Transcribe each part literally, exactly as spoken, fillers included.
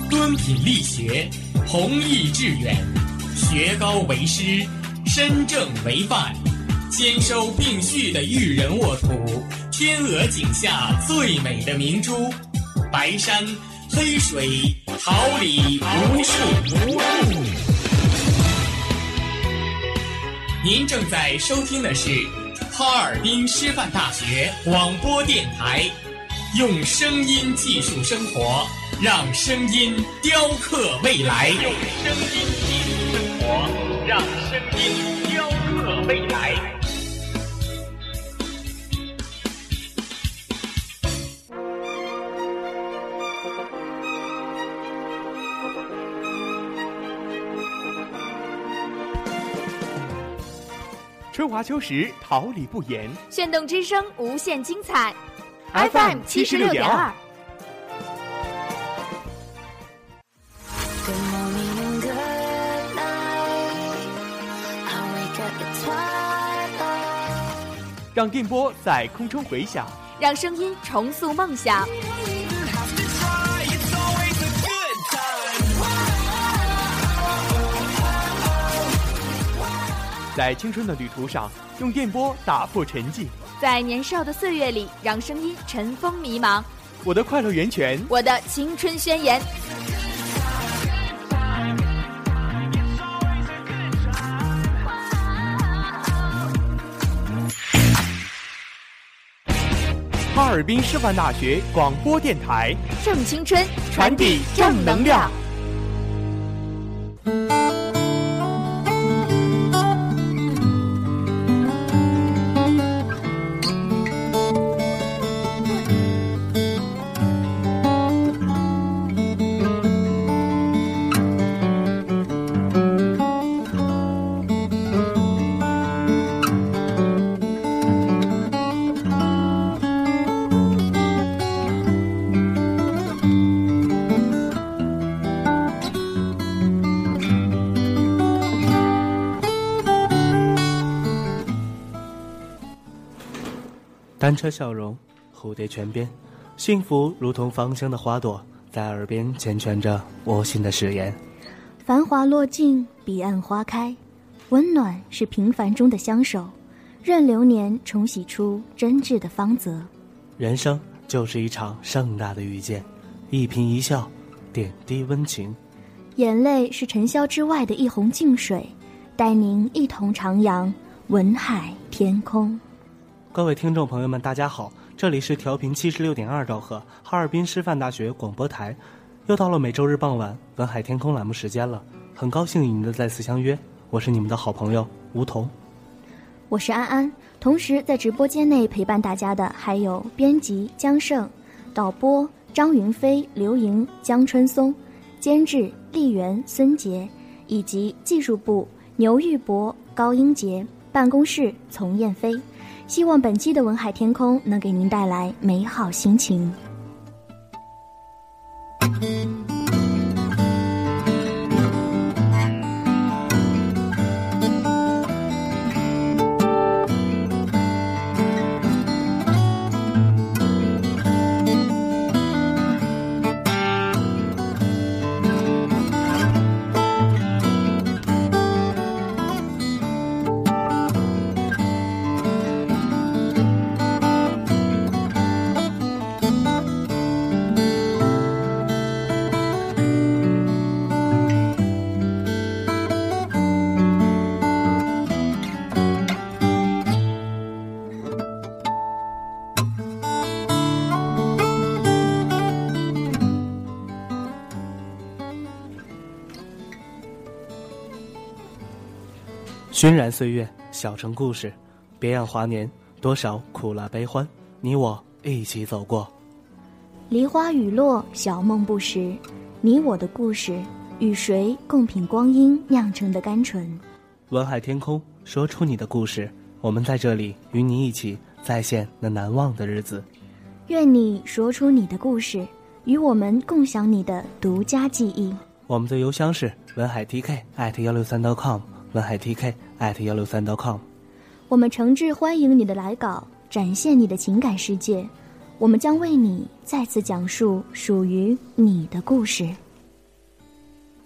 敦品力学，弘毅致远，学高为师，身正为范，兼收并蓄的育人沃土，天鹅颈下最美的明珠，白山黑水，桃李无数无数。您正在收听的是哈尔滨师范大学广播电台，用声音技术生活，让声音雕刻未来。用声音技术生活，让声音雕刻未来。 春华秋实，桃李不言。 炫动之声，无限精彩。 F M 七十六点二。让电波在空中回响， 让声音重塑梦想。 在青春的旅途上，用电波打破沉寂； 在年少的岁月里，让声音尘封迷茫。 我的快乐源泉， 我的青春宣言。 哈尔滨师范大学广播电台， 正青春， 传递正能量。 单车笑容，蝴蝶泉边，幸福如同芳香的花朵，在耳边缱绻着窝心的誓言。 繁华落尽，彼岸花开，温暖是平凡中的相守，任流年重洗出真挚的芳泽。 人生就是一场盛大的遇见，一颦一笑，点滴温情。 眼泪是尘嚣之外的一泓净水，带您一同徜徉文海天空。 各位听众朋友们大家好，这里是调频七十六点二兆赫哈尔滨师范大学广播台，又到了每周日傍晚文海天空栏目时间了，很高兴与您的再次相约，我是你们的好朋友吴桐。 我是安安，同时在直播间内陪伴大家的还有编辑江胜，导播张云飞、刘莹、江春松，监制丽媛、孙杰，以及技术部牛玉博、高英杰，办公室丛燕飞。希望本期的文海天空能给您带来美好心情。 熏染岁月，小城故事，别样华年，多少苦辣悲欢，你我一起走过。 梨花雨落，小梦不识，你我的故事，与谁共品光阴酿成的甘醇。 文海天空，说出你的故事，我们在这里与你一起再现那难忘的日子。 愿你说出你的故事，与我们共享你的独家记忆。 我们的邮箱是文海 T K at 一六三 .com， 文海 T K at 一六三 .com。 我们诚挚欢迎你的来稿，展现你的情感世界，我们将为你再次讲述属于你的故事。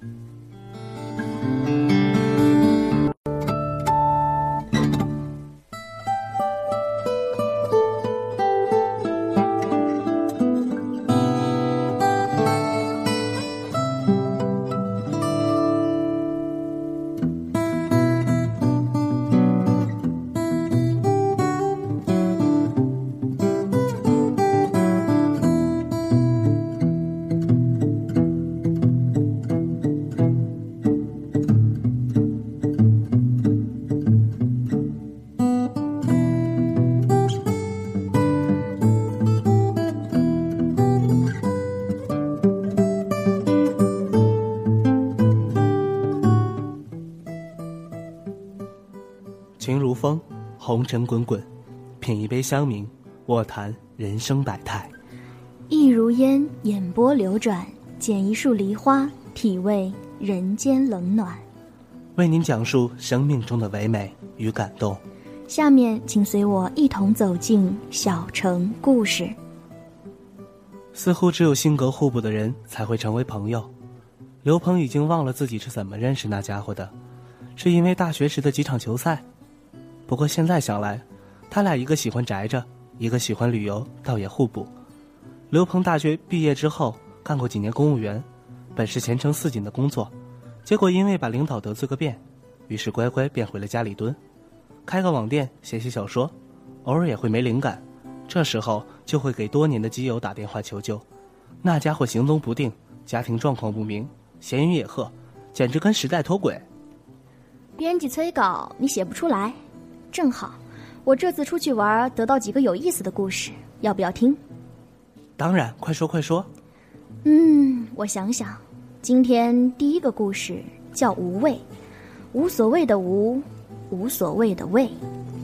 情如风，红尘滚滚，品一杯香茗，卧谈人生百态。 意如烟，眼波流转，捡一束梨花，体味人间冷暖。 为您讲述生命中的唯美与感动。 下面请随我一同走进小城故事。 似乎只有性格互补的人才会成为朋友。刘鹏已经忘了自己是怎么认识那家伙的，是因为大学时的几场球赛。不过现在想来，他俩一个喜欢宅着，一个喜欢旅游，倒也互补。刘鹏大学毕业之后干过几年公务员，本是前程似锦的工作，结果因为把领导得罪个遍，于是乖乖变回了家里蹲，开个网店，写写小说，偶尔也会没灵感，这时候就会给多年的基友打电话求救。那家伙行踪不定，家庭状况不明，闲云野鹤，简直跟时代脱轨。 编辑催稿，你写不出来，正好我这次出去玩得到几个有意思的故事，要不要听？ 当然，快说快说。 嗯，我想想，今天第一个故事叫无畏，无所谓的无，无所谓的畏。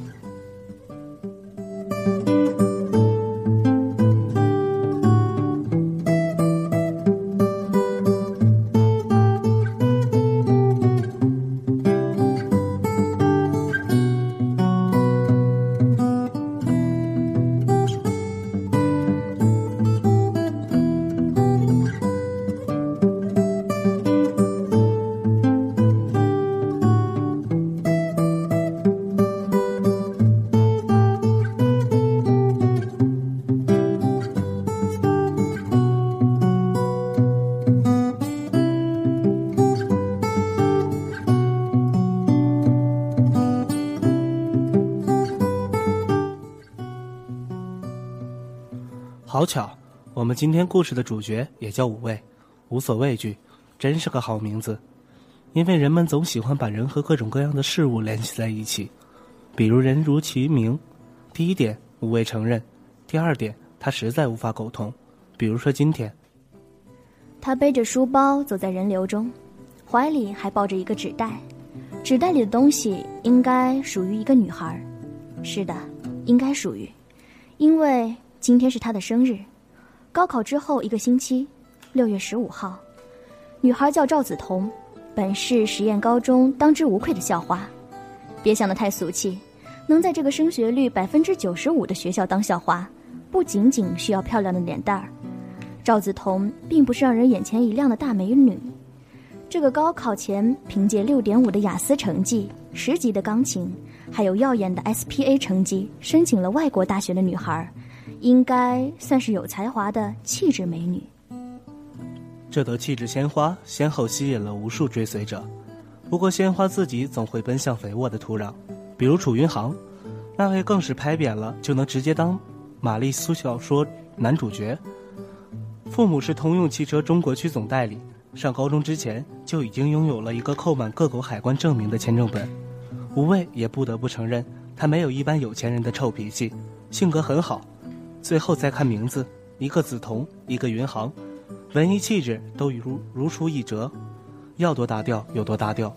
好巧，我们今天故事的主角也叫五畏，无所畏惧，真是个好名字。因为人们总喜欢把人和各种各样的事物联系在一起，比如人如其名。第一点，五畏承认；第二点，他实在无法苟同。比如说今天， 他背着书包走在人流中，怀里还抱着一个纸袋，纸袋里的东西应该属于一个女孩。是的，应该属于，因为今天是她的生日，高考之后一个星期，六月十五号。女孩叫赵梓彤，本是实验高中当之无愧的校花。别想得太俗气，能在这个升学率百分之九十五的学校当校花，不仅仅需要漂亮的脸蛋儿。赵梓彤并不是让人眼前一亮的大美女。这个高考前凭借六点五的雅思成绩、十级的钢琴，还有耀眼的 S P A 成绩，申请了外国大学的女孩，应该算是有才华的气质美女。 这朵气质鲜花先后吸引了无数追随者，不过鲜花自己总会奔向肥沃的土壤，比如楚云航，那位更是拍扁了就能直接当玛丽苏小说男主角。父母是通用汽车中国区总代理，上高中之前就已经拥有了一个扣满各国海关证明的签证本。无畏也不得不承认，他没有一般有钱人的臭脾气，性格很好。最后再看名字，一个梓彤，一个云航，文艺气质都如如出一辙，要多搭调有多搭调。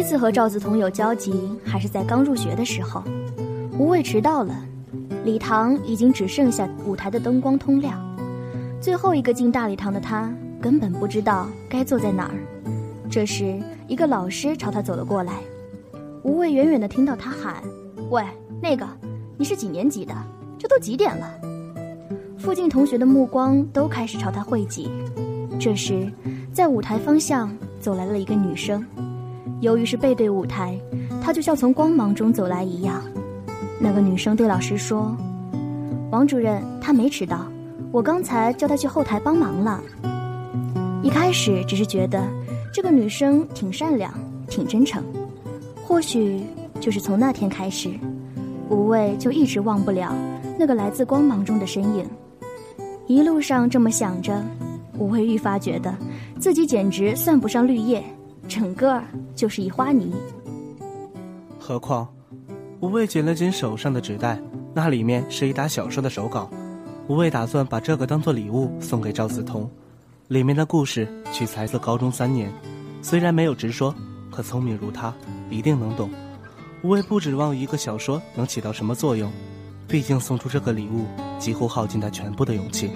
次和赵子彤有交集还是在刚入学的时候。吴畏迟到了，礼堂已经只剩下舞台的灯光通亮，最后一个进大礼堂的他根本不知道该坐在哪儿。这时一个老师朝他走了过来，吴畏远远地听到他喊：喂，那个，你是几年级的？这都几点了？附近同学的目光都开始朝他汇集。这时在舞台方向走来了一个女生，由于是背对舞台，她就像从光芒中走来一样。那个女生对老师说：王主任，她没迟到，我刚才叫她去后台帮忙了。一开始只是觉得这个女生挺善良挺真诚，或许就是从那天开始，吴畏就一直忘不了那个来自光芒中的身影。一路上这么想着，吴畏愈发觉得自己简直算不上绿叶，整个就是一花泥。 何况吴畏紧了紧手上的纸袋，那里面是一打小说的手稿。吴畏打算把这个当作礼物送给赵子彤，里面的故事取材自高中三年，虽然没有直说，可聪明如他一定能懂。吴畏不指望一个小说能起到什么作用，毕竟送出这个礼物几乎耗尽他全部的勇气。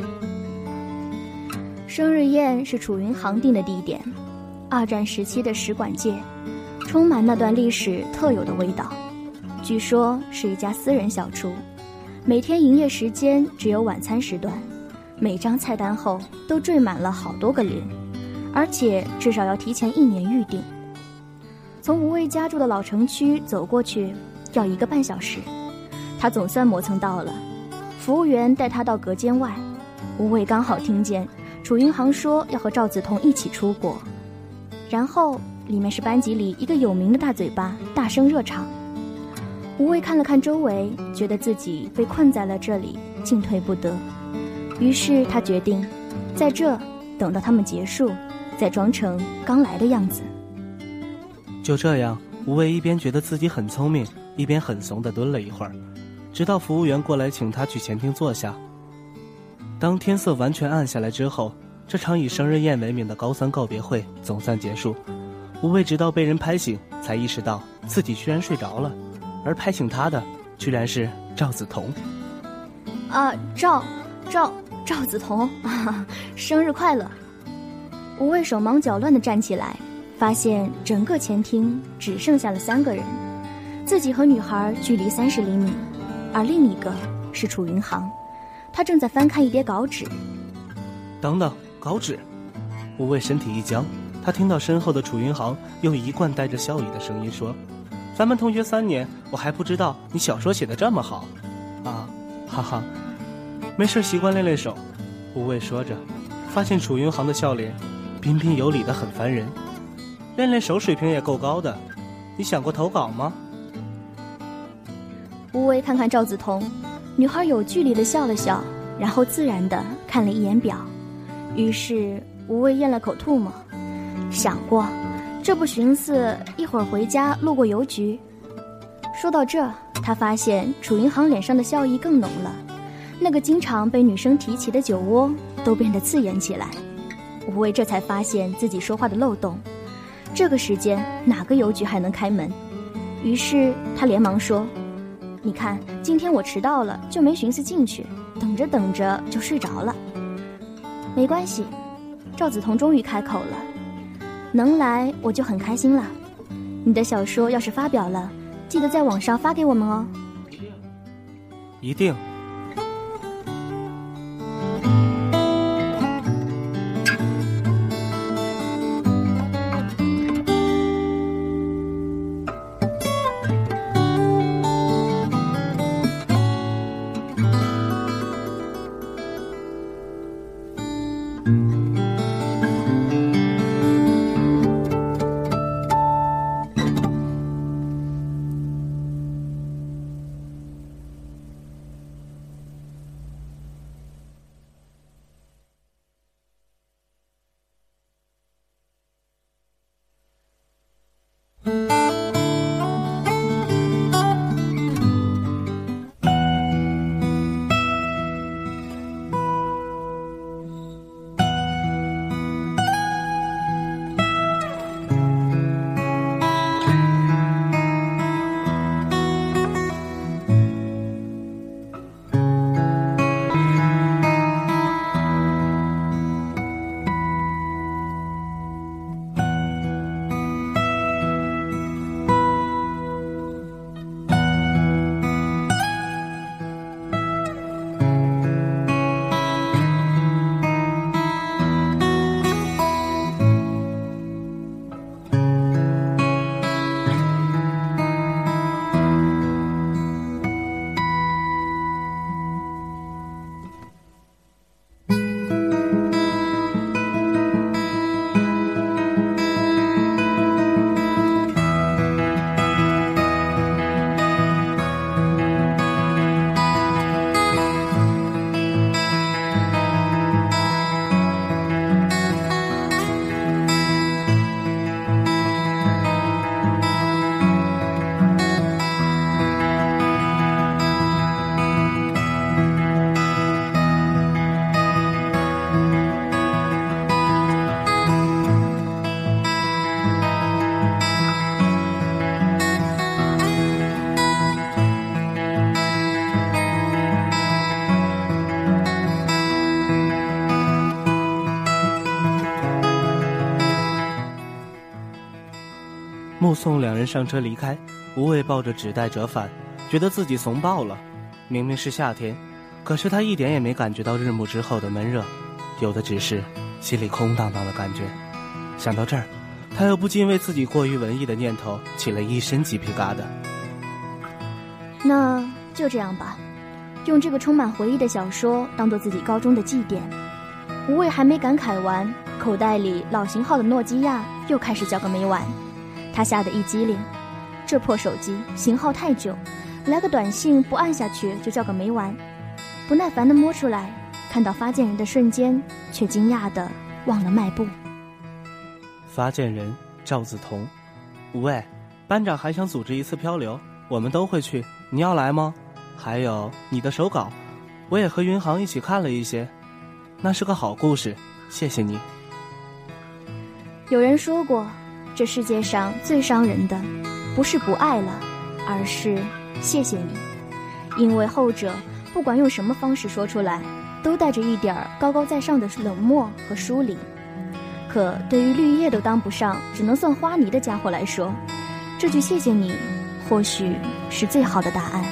生日宴是楚云航定的地点，二战时期的使馆界，充满那段历史特有的味道。据说是一家私人小厨，每天营业时间只有晚餐时段，每张菜单后都缀满了好多个零，而且至少要提前一年预定。从吴畏家住的老城区走过去要一个半小时，他总算磨蹭到了。服务员带他到隔间外，吴畏刚好听见楚云航说要和赵子彤一起出国，然后里面是班级里一个有名的大嘴巴大声热场。吴畏看了看周围，觉得自己被困在了这里，进退不得，于是他决定在这等到他们结束，再装成刚来的样子。 就这样，吴畏一边觉得自己很聪明，一边很怂地蹲了一会儿，直到服务员过来请他去前厅坐下。当天色完全暗下来之后，这场以生日宴为名的高三告别会总算结束。吴畏直到被人拍醒，才意识到自己居然睡着了，而拍醒他的居然是赵子彤。 啊，赵赵赵子彤，啊，生日快乐！吴畏手忙脚乱地站起来，发现整个前厅只剩下了三个人，自己和女孩距离三十厘米，而另一个是楚云航，他正在翻看一叠稿纸。 等等，稿纸！吴畏身体一僵，他听到身后的楚云航用一贯带着笑意的声音说：咱们同学三年，我还不知道你小说写得这么好啊，哈哈，没事，习惯练练手。吴畏说着，发现楚云航的笑脸彬彬有礼的很烦人，练练手水平也够高的，你想过投稿吗？ 吴畏看看赵子彤，女孩有距离的笑了笑，然后自然的看了一眼表，于是吴畏咽了口唾沫，想过这不寻思一会儿回家路过邮局。说到这，他发现楚云航脸上的笑意更浓了，那个经常被女生提起的酒窝都变得刺眼起来。吴畏这才发现自己说话的漏洞，这个时间哪个邮局还能开门？于是他连忙说：你看，今天我迟到了，就没寻思进去，等着等着就睡着了。没关系，赵子彤终于开口了，能来我就很开心了。你的小说要是发表了，记得在网上发给我们哦。 一定。 目送两人上车离开，无畏抱着纸袋折返，觉得自己怂爆了。明明是夏天，可是他一点也没感觉到日暮之后的闷热，有的只是心里空荡荡的感觉。想到这儿，他又不禁为自己过于文艺的念头起了一身鸡皮疙瘩。 那就这样吧，用这个充满回忆的小说当做自己高中的祭奠。无畏还没感慨完，口袋里老型号的诺基亚又开始叫个没完。他吓得一激灵，这破手机型号太旧，来个短信不按下去就叫个没完。不耐烦地摸出来，看到发件人的瞬间，却惊讶地忘了迈步。 发件人赵子彤。无畏，班长还想组织一次漂流，我们都会去，你要来吗？还有你的手稿，我也和云航一起看了一些，那是个好故事，谢谢你。 有人说过，这世界上最伤人的不是不爱了，而是谢谢你。因为后者不管用什么方式说出来，都带着一点高高在上的冷漠和疏离。可对于绿叶都当不上，只能算花泥的家伙来说，这句谢谢你或许是最好的答案。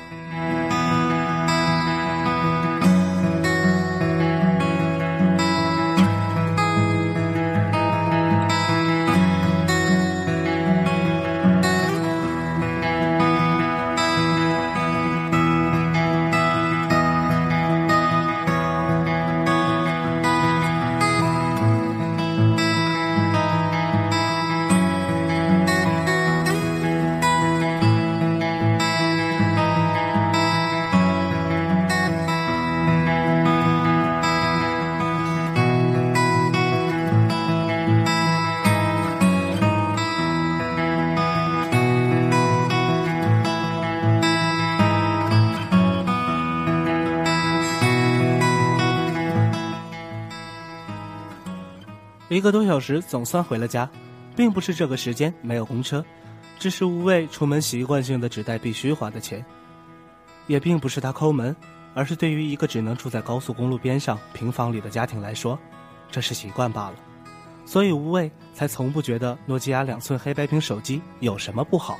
一个多小时总算回了家，并不是这个时间没有公车，只是无畏出门习惯性的只带必须花的钱，也并不是他抠门，而是对于一个只能住在高速公路边上平房里的家庭来说，这是习惯罢了。所以无畏才从不觉得诺基亚两寸黑白屏手机有什么不好。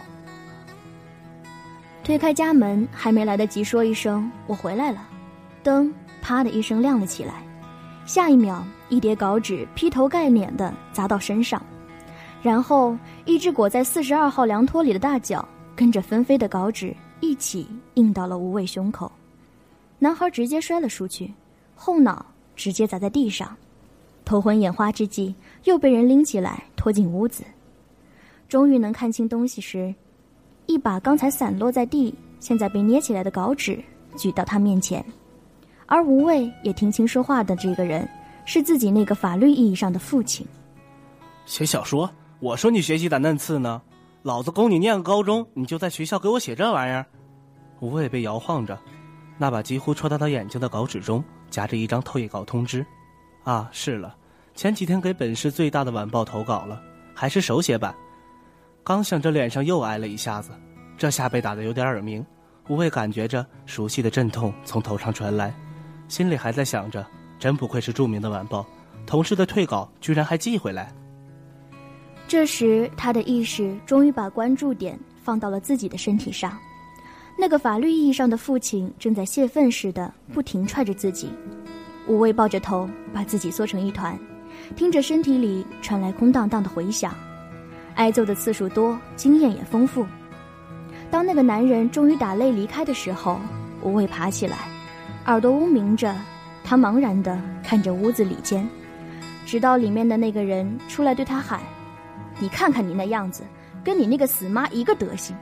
推开家门，还没来得及说一声我回来了，灯啪的一声亮了起来，下一秒一叠稿纸劈头盖脸地砸到身上，然后一只裹在四十二号凉拖里的大脚跟着纷飞的稿纸一起印到了无畏胸口。男孩直接摔了出去，后脑直接砸在地上，头昏眼花之际又被人拎起来拖进屋子。终于能看清东西时，一把刚才散落在地现在被捏起来的稿纸举到他面前，而无畏也听清说话的这个人是自己那个法律意义上的父亲。 写小说？我说你学习咋嫩次呢？老子供你念个高中，你就在学校给我写这玩意儿？无畏被摇晃着，那把几乎戳到他眼睛的稿纸中夹着一张退稿通知。啊，是了，前几天给本市最大的晚报投稿了，还是手写版。刚想着脸上又挨了一下子，这下被打得有点耳鸣。无畏感觉着熟悉的阵痛从头上传来，心里还在想着，真不愧是著名的晚报，同事的退稿居然还寄回来。 这时他的意识终于把关注点放到了自己的身体上，那个法律意义上的父亲正在泄愤似的不停踹着自己。无畏抱着头把自己缩成一团，听着身体里传来空荡荡的回响，挨揍的次数多，经验也丰富。当那个男人终于打泪离开的时候，无畏爬起来，耳朵嗡鸣着，他茫然地看着屋子里间，直到里面的那个人出来对他喊，你看看你那样子，跟你那个死妈一个德行。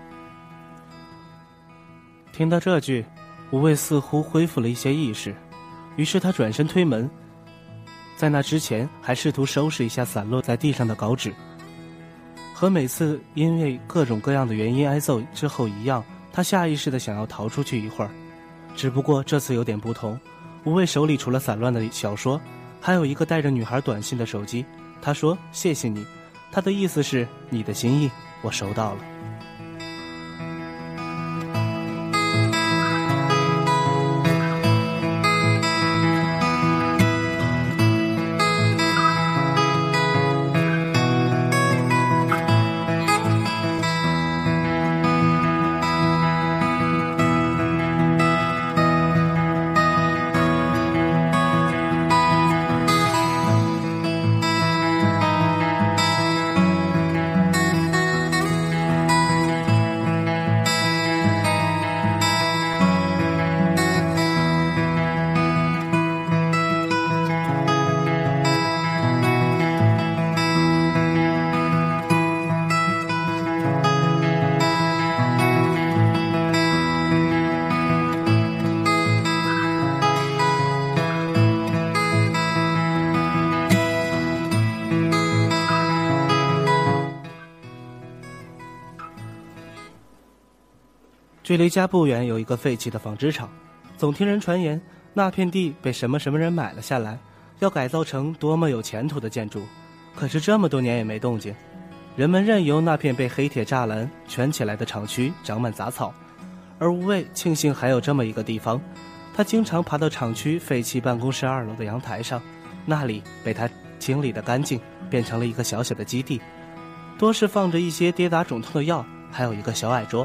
听到这句，无畏似乎恢复了一些意识，于是他转身推门，在那之前还试图收拾一下散落在地上的稿纸。和每次因为各种各样的原因挨揍之后一样，他下意识地想要逃出去一会儿，只不过这次有点不同。无畏手里除了散乱的小说，还有一个带着女孩短信的手机。他说谢谢你，他的意思是你的心意我收到了。 距离家不远有一个废弃的纺织厂，总听人传言那片地被什么什么人买了下来，要改造成多么有前途的建筑，可是这么多年也没动静。人们任由那片被黑铁栅栏圈起来的厂区长满杂草，而吴畏庆幸还有这么一个地方，他经常爬到厂区废弃办公室二楼的阳台上，那里被他清理得干净，变成了一个小小的基地，多是放着一些跌打肿痛的药，还有一个小矮桌。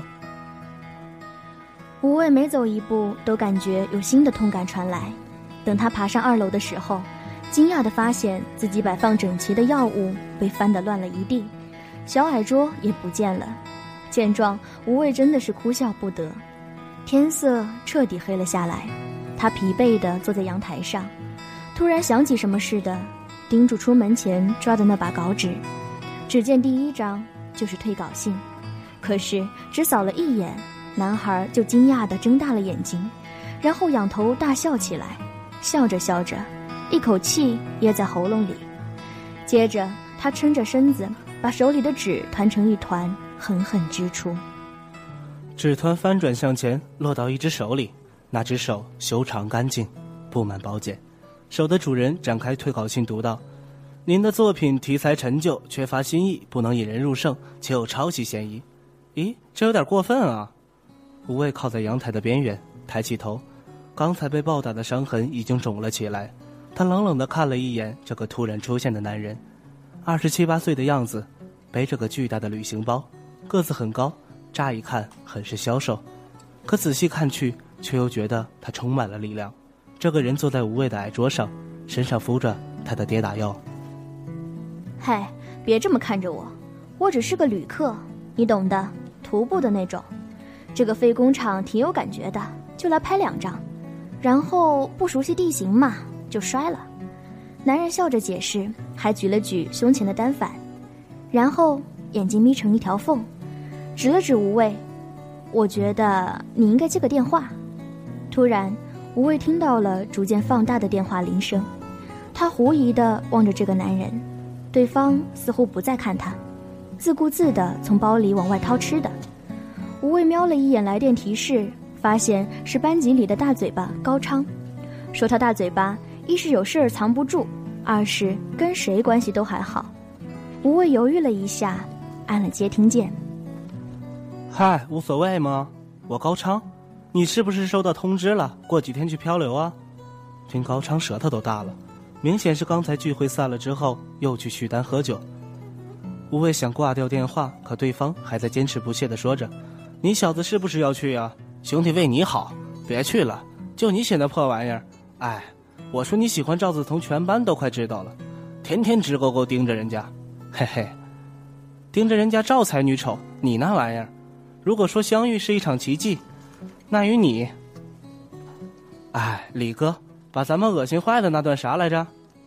吴畏每走一步都感觉有新的痛感传来，等他爬上二楼的时候，惊讶地发现自己摆放整齐的药物被翻得乱了一地，小矮桌也不见了。见状，吴畏真的是哭笑不得。天色彻底黑了下来，他疲惫地坐在阳台上，突然想起什么似的，盯住出门前抓的那把稿纸，只见第一张就是退稿信，可是只扫了一眼，男孩就惊讶地睁大了眼睛，然后仰头大笑起来，笑着笑着，一口气噎在喉咙里。接着他撑着身子，把手里的纸团成一团，狠狠支出。 纸团翻转向前，落到一只手里，那只手修长干净，布满宝茧。手的主人展开退稿信读道：您的作品题材陈旧，缺乏新意，不能引人入胜，且有抄袭嫌疑。咦，这有点过分啊！吴畏靠在阳台的边缘，抬起头，刚才被暴打的伤痕已经肿了起来。他冷冷地看了一眼这个突然出现的男人，二十七八岁的样子，背着个巨大的旅行包，个子很高，乍一看很是消瘦，可仔细看去，却又觉得他充满了力量。这个人坐在吴畏的矮桌上，身上敷着他的跌打药。 嗨，别这么看着我，我只是个旅客，你懂的，徒步的那种。这个废工厂挺有感觉的，就来拍两张，然后不熟悉地形嘛，就摔了。男人笑着解释，还举了举胸前的单反，然后眼睛眯成一条缝，指了指吴畏：我觉得你应该接个电话。突然吴畏听到了逐渐放大的电话铃声，他狐疑地望着这个男人，对方似乎不再看他，自顾自地从包里往外掏吃的。吴畏瞄了一眼来电提示，发现是班级里的大嘴巴高昌，说他大嘴巴，一是有事儿藏不住，二是跟谁关系都还好。吴畏犹豫了一下，按了接听键。 嗨，无所谓吗？我高昌，你是不是收到通知了，过几天去漂流啊？听高昌舌头都大了，明显是刚才聚会散了之后又去续单喝酒。吴畏想挂掉电话，可对方还在坚持不懈地说着：你小子是不是要去啊？兄弟为你好，别去了，就你写那破玩意儿。哎，我说你喜欢赵子彤，全班都快知道了，天天直勾勾盯着人家，嘿嘿，盯着人家赵才女丑，你那玩意儿，如果说相遇是一场奇迹，那与你……哎，李哥，把咱们恶心坏的那段啥来着？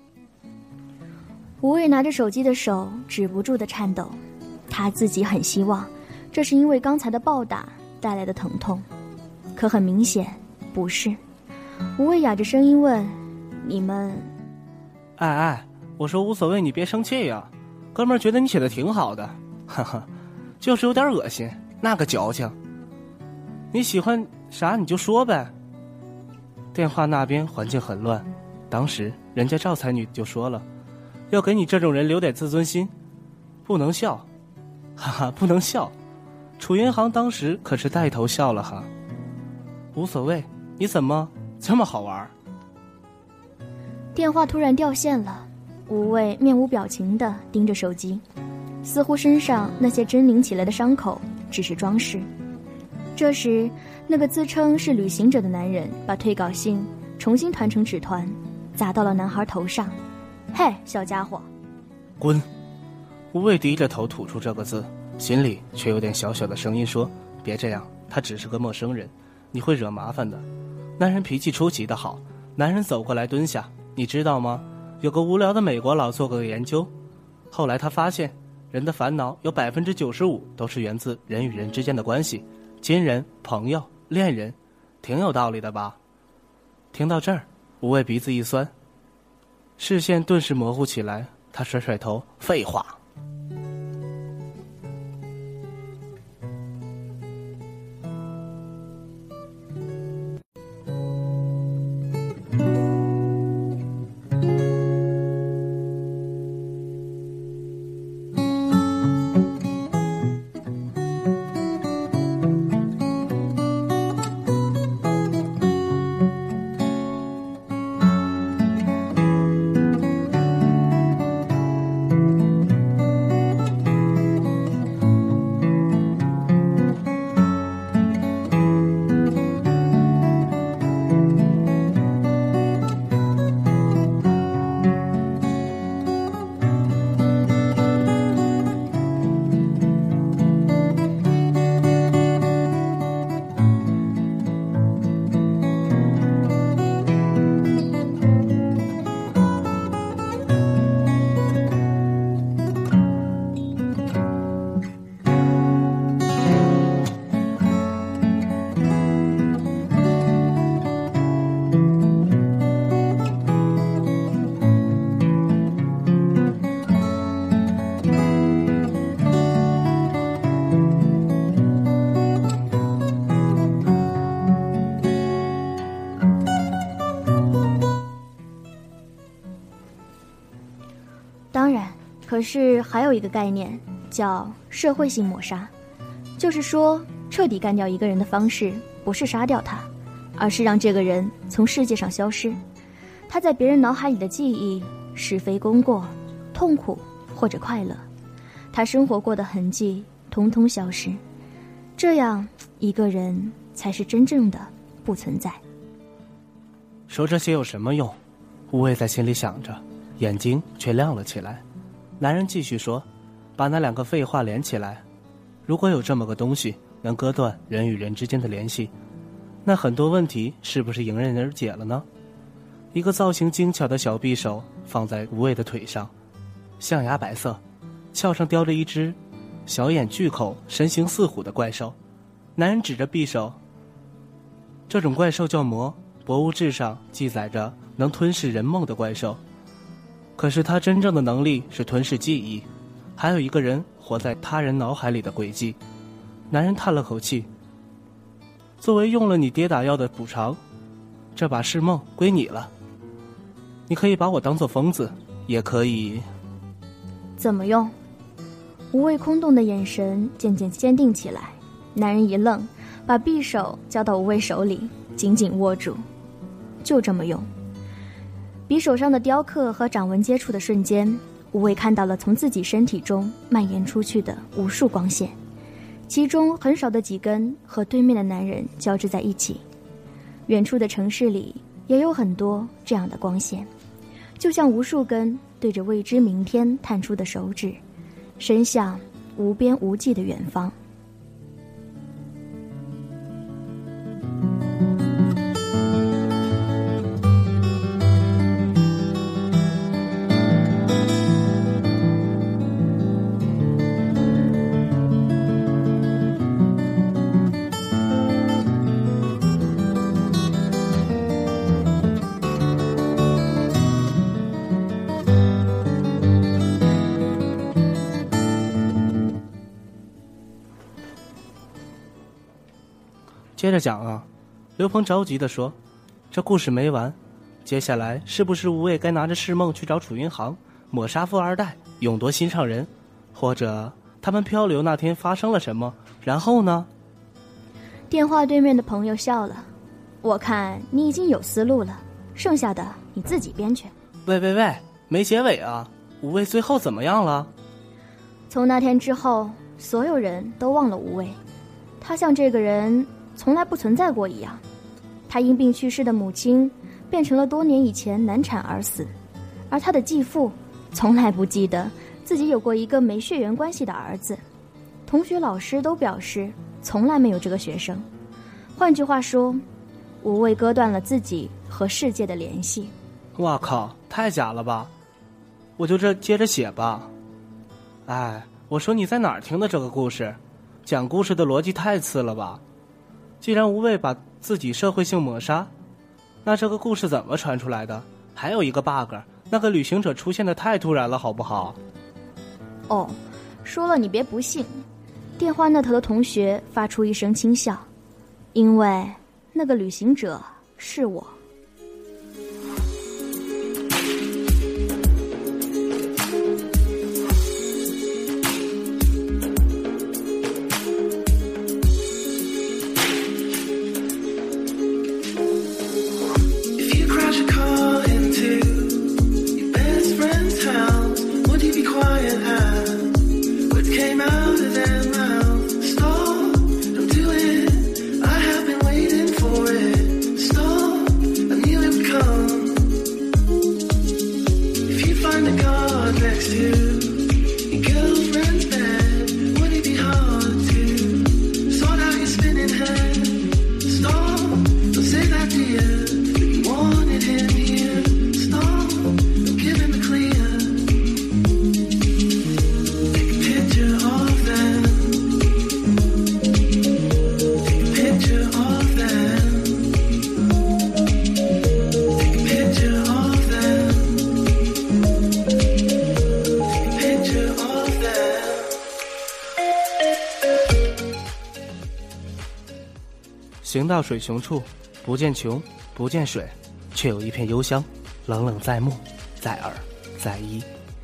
吴畏拿着手机的手止不住的颤抖，他自己很希望这是因为刚才的暴打带来的疼痛，可很明显不是。吴畏哑着声音问：你们…… 哎哎，我说无所谓，你别生气呀、啊，哥们儿觉得你写的挺好的，哈哈，就是有点恶心，那个矫情。你喜欢啥你就说呗。电话那边环境很乱，当时人家赵才女就说了，要给你这种人留点自尊心，不能笑，哈哈，不能笑。楚银行当时可是带头笑了哈。无所谓，你怎么这么好玩？ 电话突然掉线了，吴畏面无表情地盯着手机，似乎身上那些狰狞起来的伤口只是装饰。这时那个自称是旅行者的男人把退稿信重新团成纸团，砸到了男孩头上。嘿，小家伙， 滚！吴畏低着头吐出这个字，心里却有点小小的声音说：别这样，他只是个陌生人，你会惹麻烦的。男人脾气出奇的好，男人走过来蹲下，你知道吗？有个无聊的美国佬做过个研究，后来他发现人的烦恼有百分之九十五都是源自人与人之间的关系，亲人、朋友、恋人，挺有道理的吧？听到这儿，吴畏鼻子一酸，视线顿时模糊起来，他甩甩头，废话。 当然，可是还有一个概念叫社会性抹杀，就是说彻底干掉一个人的方式不是杀掉他，而是让这个人从世界上消失，他在别人脑海里的记忆，是非功过，痛苦或者快乐，他生活过的痕迹通通消失，这样一个人才是真正的不存在。 说这些有什么用？吴畏在心里想着，眼睛却亮了起来。男人继续说，把那两个废话连起来，如果有这么个东西能割断人与人之间的联系，那很多问题是不是迎刃而解了呢？一个造型精巧的小匕首放在吴畏的腿上，象牙白色，鞘上雕着一只小眼巨口神形似虎的怪兽。男人指着匕首，这种怪兽叫魔，博物志上记载着能吞噬人梦的怪兽，可是他真正的能力是吞噬记忆，还有一个人活在他人脑海里的轨迹。男人叹了口气，作为用了你跌打药的补偿，这把噬梦归你了。你可以把我当作疯子，也可以…… 怎么用？无畏空洞的眼神渐渐坚定起来。男人一愣，把匕首交到无畏手里，紧紧握住。就这么用。匕首上的雕刻和掌纹接触的瞬间，无畏看到了从自己身体中蔓延出去的无数光线，其中很少的几根和对面的男人交织在一起。远处的城市里也有很多这样的光线，就像无数根对着未知明天探出的手指，伸向无边无际的远方。 接着讲啊，刘鹏着急地说，这故事没完，接下来是不是无畏该拿着噬梦去找楚云航，抹杀富二代，勇夺心上人，或者他们漂流那天发生了什么，然后呢？ 电话对面的朋友笑了，我看你已经有思路了，剩下的你自己编去。 喂喂喂，没结尾啊，无畏最后怎么样了？ 从那天之后，所有人都忘了无畏，他像这个人从来不存在过一样。他因病去世的母亲变成了多年以前难产而死，而他的继父从来不记得自己有过一个没血缘关系的儿子，同学老师都表示从来没有这个学生。换句话说，无畏割断了自己和世界的联系。 哇靠，太假了吧，我就这接着写吧。哎，我说你在哪儿听的这个故事？讲故事的逻辑太次了吧。既然无畏把自己社会性抹杀，那这个故事怎么传出来的？还有一个 bug， 那个旅行者出现的太突然了，好不好？ 哦，说了你别不信。电话那头的同学发出一声轻笑，因为那个旅行者是我。 行到水穷处，不见穷，不见水，却有一片幽香，冷冷在目，在耳，在衣。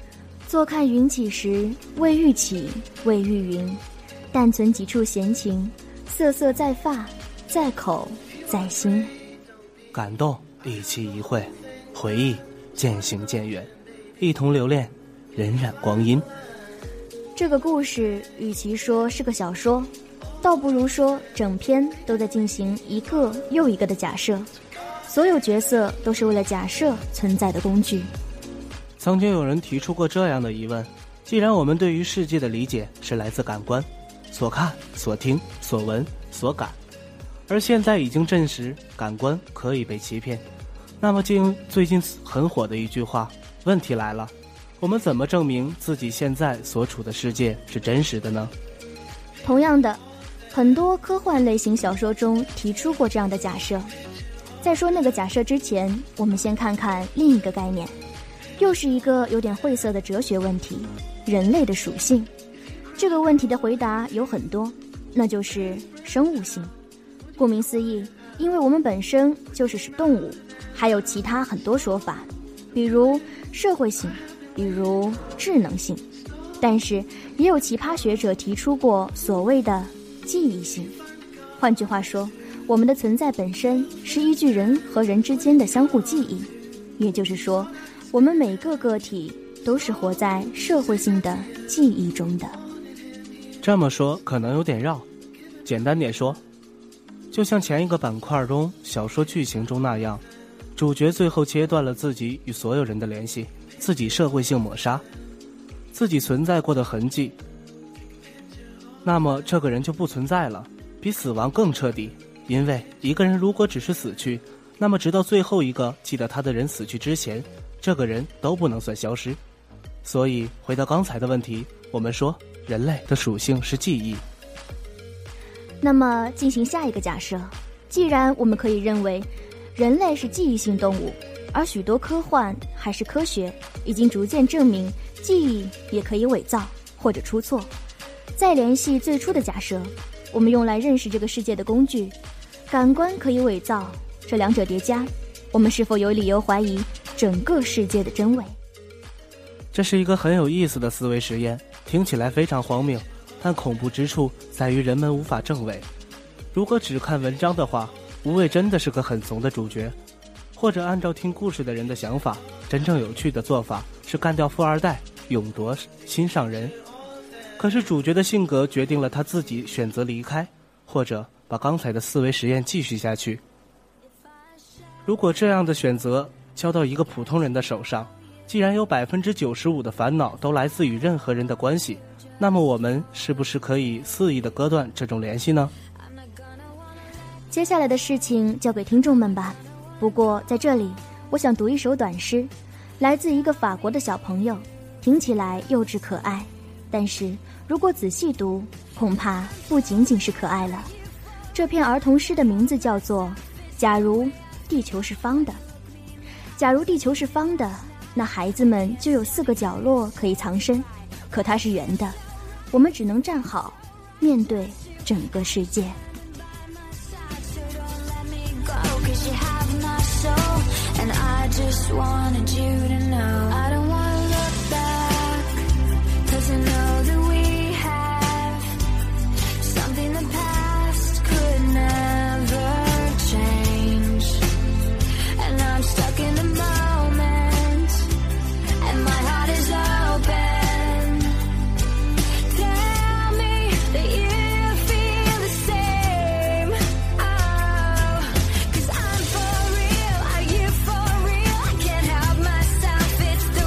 坐看云起时，未欲起，未欲云。但存几处闲情，瑟瑟在发，在口，在心。 感动一期一会，回忆渐行渐远，一同留恋荏苒光阴。 这个故事与其说是个小说，倒不如说整篇都在进行一个又一个的假设，所有角色都是为了假设存在的工具。 曾经有人提出过这样的疑问，既然我们对于世界的理解是来自感官，所看所听所闻所感，而现在已经证实感官可以被欺骗，那么就最近很火的一句话，问题来了，我们怎么证明自己现在所处的世界是真实的呢？ 同样的，很多科幻类型小说中提出过这样的假设。在说那个假设之前，我们先看看另一个概念，又是一个有点晦涩的哲学问题，人类的属性。这个问题的回答有很多，那就是生物性。顾名思义，因为我们本身就是动物，还有其他很多说法，比如社会性，比如智能性。但是也有奇葩学者提出过所谓的记忆性。换句话说，我们的存在本身是依据人和人之间的相互记忆，也就是说，我们每个个体都是活在社会性的记忆中的。 这么说可能有点绕，简单点说，就像前一个板块中小说剧情中那样，主角最后切断了自己与所有人的联系，自己社会性抹杀，自己存在过的痕迹，那么这个人就不存在了，比死亡更彻底。因为一个人如果只是死去，那么直到最后一个记得他的人死去之前，这个人都不能算消失。所以回到刚才的问题，我们说人类的属性是记忆。 那么进行下一个假设，既然我们可以认为人类是记忆性动物，而许多科幻还是科学已经逐渐证明记忆也可以伪造或者出错，再联系最初的假设，我们用来认识这个世界的工具感官可以伪造，这两者叠加，我们是否有理由怀疑整个世界的真伪？ 这是一个很有意思的思维实验，听起来非常荒谬，但恐怖之处在于人们无法证伪。如果只看文章的话，无畏真的是个很怂的主角，或者按照听故事的人的想法，真正有趣的做法是干掉富二代，勇夺心上人。可是主角的性格决定了他自己选择离开，或者把刚才的思维实验继续下去。如果这样的选择交到一个普通人的手上，既然有百分之九十五的烦恼都来自于任何人的关系，那么我们是不是可以肆意地割断这种联系呢？ 接下来的事情交给听众们吧。不过在这里，我想读一首短诗，来自一个法国的小朋友，听起来幼稚可爱，但是如果仔细读，恐怕不仅仅是可爱了。这篇儿童诗的名字叫做《假如地球是方的》。假如地球是方的，那孩子们就有四个角落可以藏身，可它是圆的，我们只能站好，面对整个世界。 It's the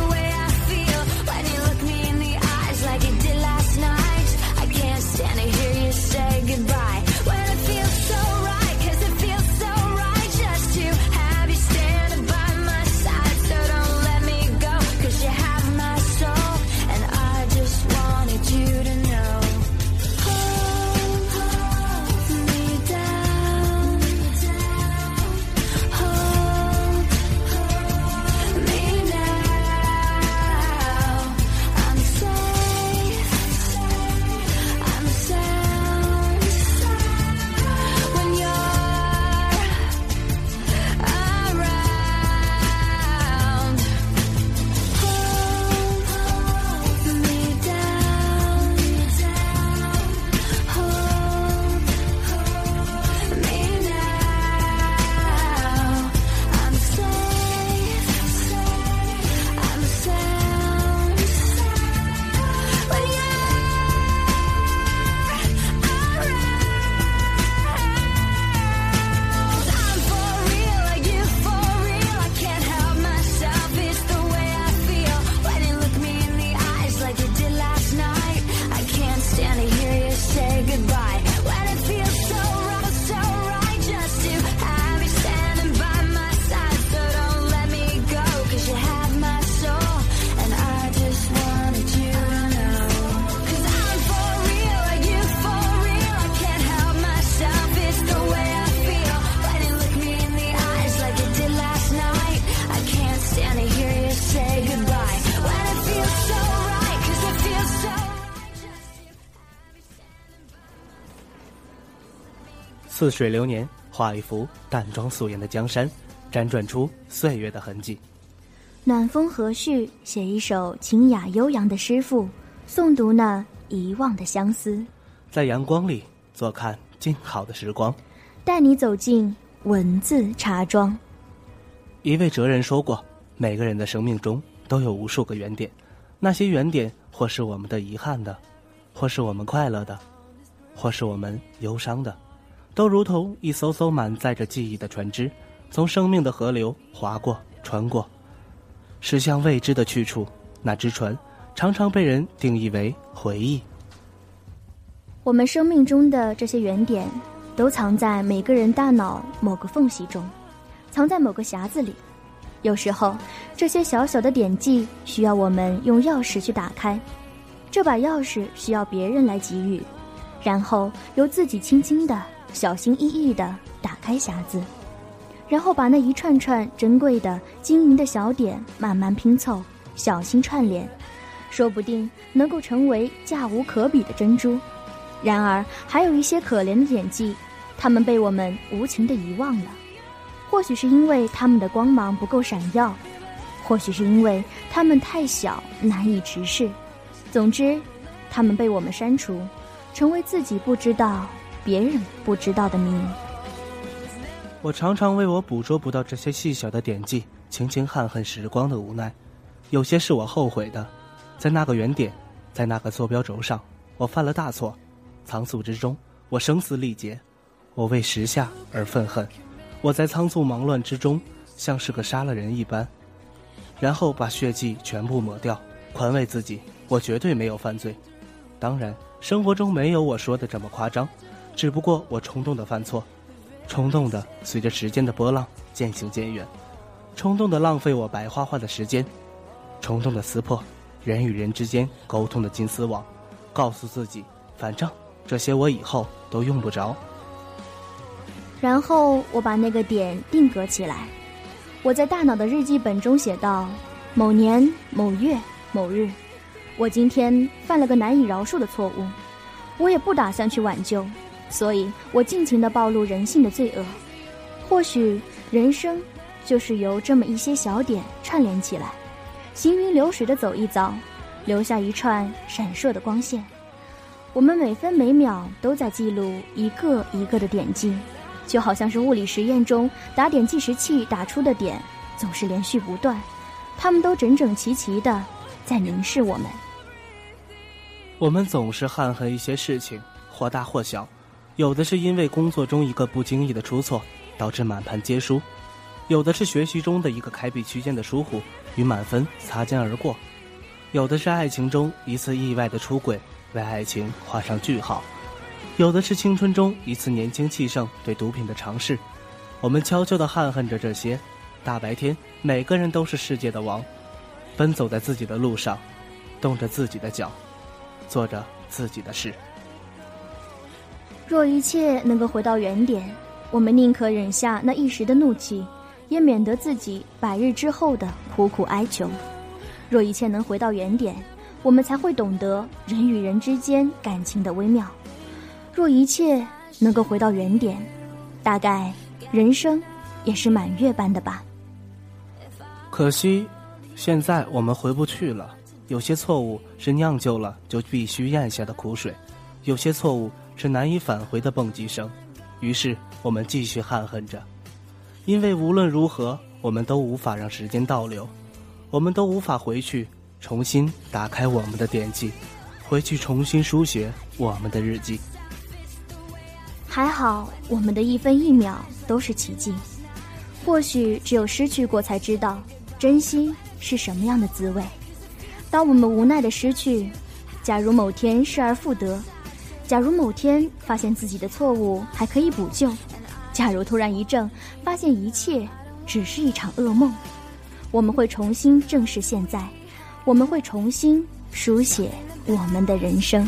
似水流年，画一幅淡妆素颜的江山，辗转出岁月的痕迹。 暖风和煦，写一首清雅悠扬的诗赋，诵读那遗忘的相思。 在阳光里坐看静好的时光， 带你走进文字茶庄。 一位哲人说过，每个人的生命中都有无数个原点，那些原点或是我们的遗憾的，或是我们快乐的，或是我们忧伤的，都如同一艘艘满载着记忆的船只，从生命的河流划过穿过，驶向未知的去处。那只船常常被人定义为回忆。 我们生命中的这些原点都藏在每个人大脑某个缝隙中，藏在某个匣子里。有时候这些小小的点记需要我们用钥匙去打开，这把钥匙需要别人来给予，然后由自己轻轻地小心翼翼地打开匣子，然后把那一串串珍贵的晶莹的小点慢慢拼凑，小心串联，说不定能够成为价无可比的珍珠。然而还有一些可怜的点记，它们被我们无情地遗忘了，或许是因为它们的光芒不够闪耀，或许是因为它们太小难以直视，总之它们被我们删除，成为自己不知道别人不知道的秘密。 我常常为我捕捉不到这些细小的点记轻轻憾恨时光的无奈，有些是我后悔的，在那个原点，在那个坐标轴上，我犯了大错，仓促之中我声嘶力竭，我为时下而愤恨，我在仓促忙乱之中像是个杀了人一般，然后把血迹全部抹掉，宽慰自己我绝对没有犯罪。当然生活中没有我说的这么夸张，只不过我冲动的犯错，冲动的随着时间的波浪渐行渐远，冲动的浪费我白花花的时间，冲动的撕破人与人之间沟通的金丝网，告诉自己反正这些我以后都用不着。 然后我把那个点定格起来，我在大脑的日记本中写道：某年某月某日，我今天犯了个难以饶恕的错误，我也不打算去挽救，所以我尽情地暴露人性的罪恶。或许人生就是由这么一些小点串联起来，行云流水地走一遭，留下一串闪烁的光线。我们每分每秒都在记录一个一个的点记，就好像是物理实验中打点计时器打出的点总是连续不断，它们都整整齐齐地在凝视我们。 我们总是憾恨一些事情，或大或小，有的是因为工作中一个不经意的出错导致满盘皆输，有的是学习中的一个开笔区间的疏忽与满分擦肩而过，有的是爱情中一次意外的出轨为爱情画上句号，有的是青春中一次年轻气盛对毒品的尝试。我们悄悄地憾恨着这些。大白天每个人都是世界的王，奔走在自己的路上，动着自己的脚，做着自己的事。 若一切能够回到原点，我们宁可忍下那一时的怒气，也免得自己百日之后的苦苦哀求。若一切能回到原点，我们才会懂得人与人之间感情的微妙。若一切能够回到原点，大概人生也是满月般的吧。 可惜现在我们回不去了，有些错误是酿就了就必须咽下的苦水，有些错误是难以返回的蹦极声，于是我们继续憾恨着。因为无论如何我们都无法让时间倒流，我们都无法回去重新打开我们的点记，回去重新书写我们的日记。 还好我们的一分一秒都是奇迹，或许只有失去过才知道珍惜是什么样的滋味。当我们无奈的失去，假如某天失而复得，假如某天发现自己的错误还可以补救，假如突然一怔发现一切只是一场噩梦，我们会重新正视现在，我们会重新书写我们的人生。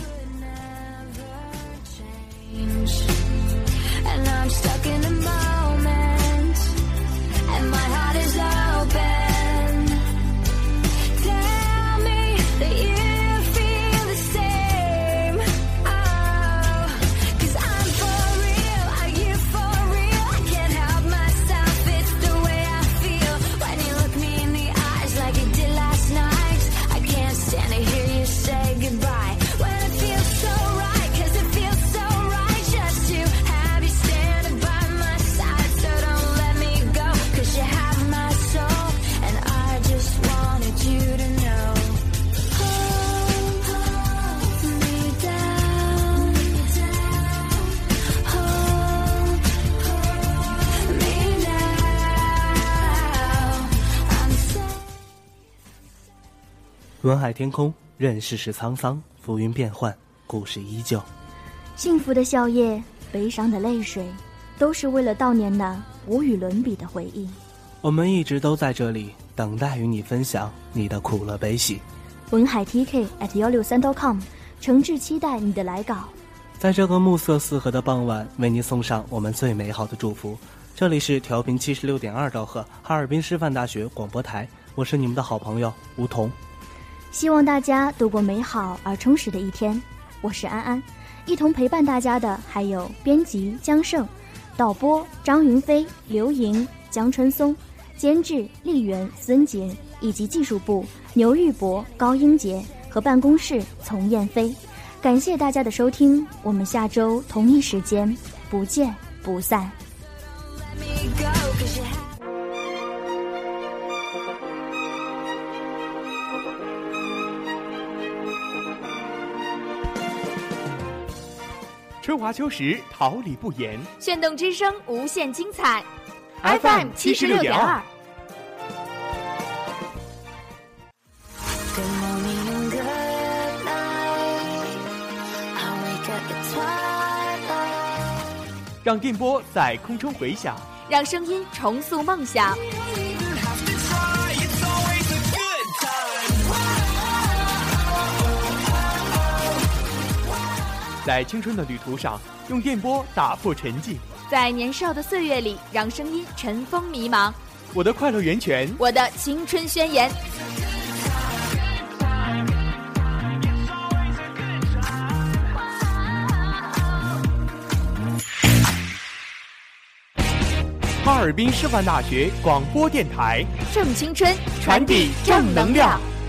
Cause I'm for real, are you 文海天空，任世事沧桑，浮云变幻，故事依旧。 幸福的笑靥，悲伤的泪水，都是为了悼念那无与伦比的回忆。 我们一直都在这里，等待与你分享你的苦乐悲喜。 文海 T K at 一六三 .com， 诚挚期待你的来稿。 在这个暮色四合的傍晚，为您送上我们最美好的祝福。这里是调频七十六点二兆赫，哈尔滨师范大学广播台，我是你们的好朋友吴桐。 希望大家度过美好而充实的一天。我是安安，一同陪伴大家的还有编辑江胜、导播张云飞、刘莹、江春松、监制丽媛、孙杰，以及技术部牛玉博、高英杰和办公室丛燕飞。感谢大家的收听，我们下周同一时间不见不散。 春华秋实，桃李不言。 炫动之声，无限精彩。 F M 七十六点二。让电波在空中回响， 让声音重塑梦想。 在青春的旅途上，用电波打破沉寂； 在年少的岁月里，让声音尘封迷茫。 我的快乐源泉， 我的青春宣言。 哈尔滨师范大学广播电台， 正青春， 传递正能量。